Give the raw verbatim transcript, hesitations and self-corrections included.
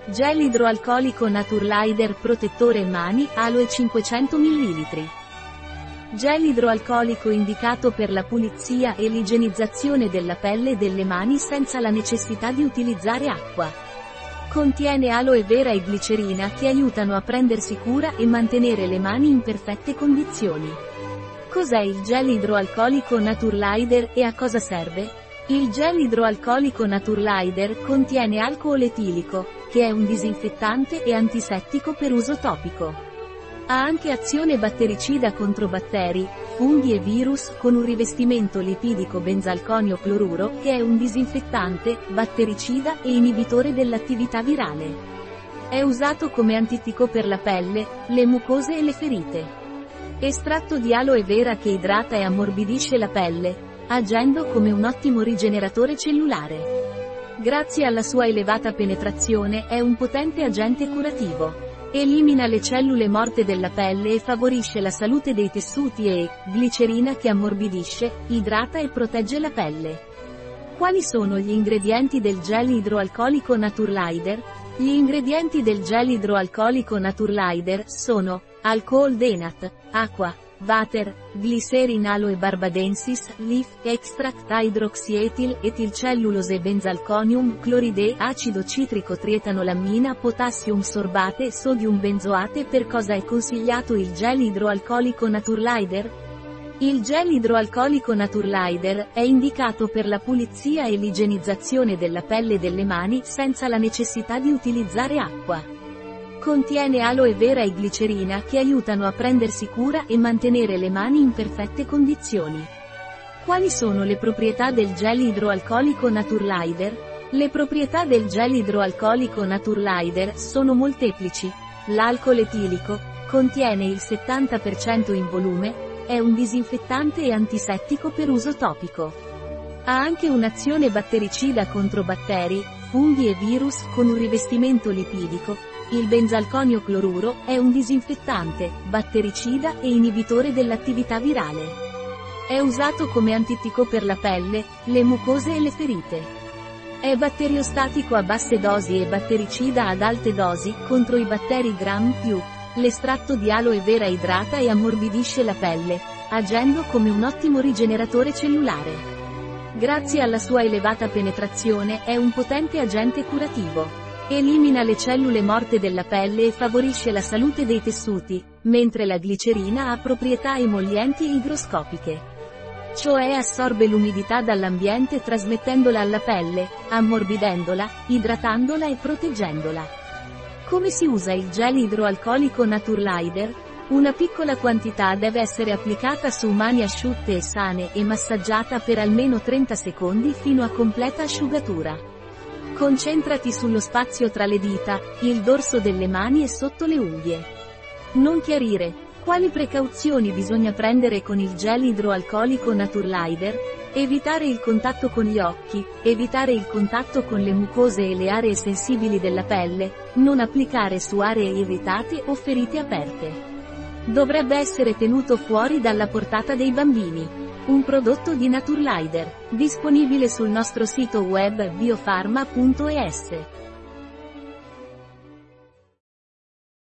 Gel idroalcolico Naturlider protettore mani, aloe cinquecento millilitri. Gel idroalcolico indicato per la pulizia e l'igienizzazione della pelle e delle mani senza la necessità di utilizzare acqua. Contiene aloe vera e glicerina che aiutano a prendersi cura e mantenere le mani in perfette condizioni. Cos'è il gel idroalcolico Naturlider e a cosa serve? Il gel idroalcolico Naturlider contiene alcol etilico, che è un disinfettante e antisettico per uso topico. Ha anche azione battericida contro batteri, funghi e virus con un rivestimento lipidico benzalconio cloruro che è un disinfettante, battericida e inibitore dell'attività virale. È usato come antitico per la pelle, le mucose e le ferite. Estratto di aloe vera che idrata e ammorbidisce la pelle, agendo come un ottimo rigeneratore cellulare. Grazie alla sua elevata penetrazione è un potente agente curativo. Elimina le cellule morte della pelle e favorisce la salute dei tessuti e, glicerina che ammorbidisce, idrata e protegge la pelle. Quali sono gli ingredienti del gel idroalcolico Naturlider? Gli ingredienti del gel idroalcolico Naturlider sono alcohol denat, acqua, water, glycerin aloe barbadensis, leaf, extract hydroxyetil, etilcellulose benzalconium, cloride, acido citrico trietanolamina, potassium sorbate, sodium benzoate. Per cosa è consigliato il gel idroalcolico Naturlider? Il gel idroalcolico Naturlider è indicato per la pulizia e l'igienizzazione della pelle e delle mani senza la necessità di utilizzare acqua. Contiene aloe vera e glicerina che aiutano a prendersi cura e mantenere le mani in perfette condizioni. Quali sono le proprietà del gel idroalcolico Naturlider? Le proprietà del gel idroalcolico Naturlider sono molteplici. L'alcol etilico contiene il settanta per cento in volume, è un disinfettante e antisettico per uso topico. Ha anche un'azione battericida contro batteri, funghi e virus con un rivestimento lipidico. Il benzalconio cloruro è un disinfettante, battericida e inibitore dell'attività virale. È usato come antitico per la pelle, le mucose e le ferite. È batteriostatico a basse dosi e battericida ad alte dosi contro i batteri gram più. L'estratto di aloe vera idrata e ammorbidisce la pelle, agendo come un ottimo rigeneratore cellulare. Grazie alla sua elevata penetrazione è un potente agente curativo. Elimina le cellule morte della pelle e favorisce la salute dei tessuti, mentre la glicerina ha proprietà emollienti e igroscopiche. Cioè assorbe l'umidità dall'ambiente trasmettendola alla pelle, ammorbidendola, idratandola e proteggendola. Come si usa il gel idroalcolico Naturlider? Una piccola quantità deve essere applicata su mani asciutte e sane e massaggiata per almeno trenta secondi fino a completa asciugatura. Concentrati sullo spazio tra le dita, il dorso delle mani e sotto le unghie. Non chiarire. Quali precauzioni bisogna prendere con il gel idroalcolico Naturlider? Evitare il contatto con gli occhi, evitare il contatto con le mucose e le aree sensibili della pelle, non applicare su aree irritate o ferite aperte. Dovrebbe essere tenuto fuori dalla portata dei bambini. Un prodotto di Naturlider, disponibile sul nostro sito web biofarma punto es.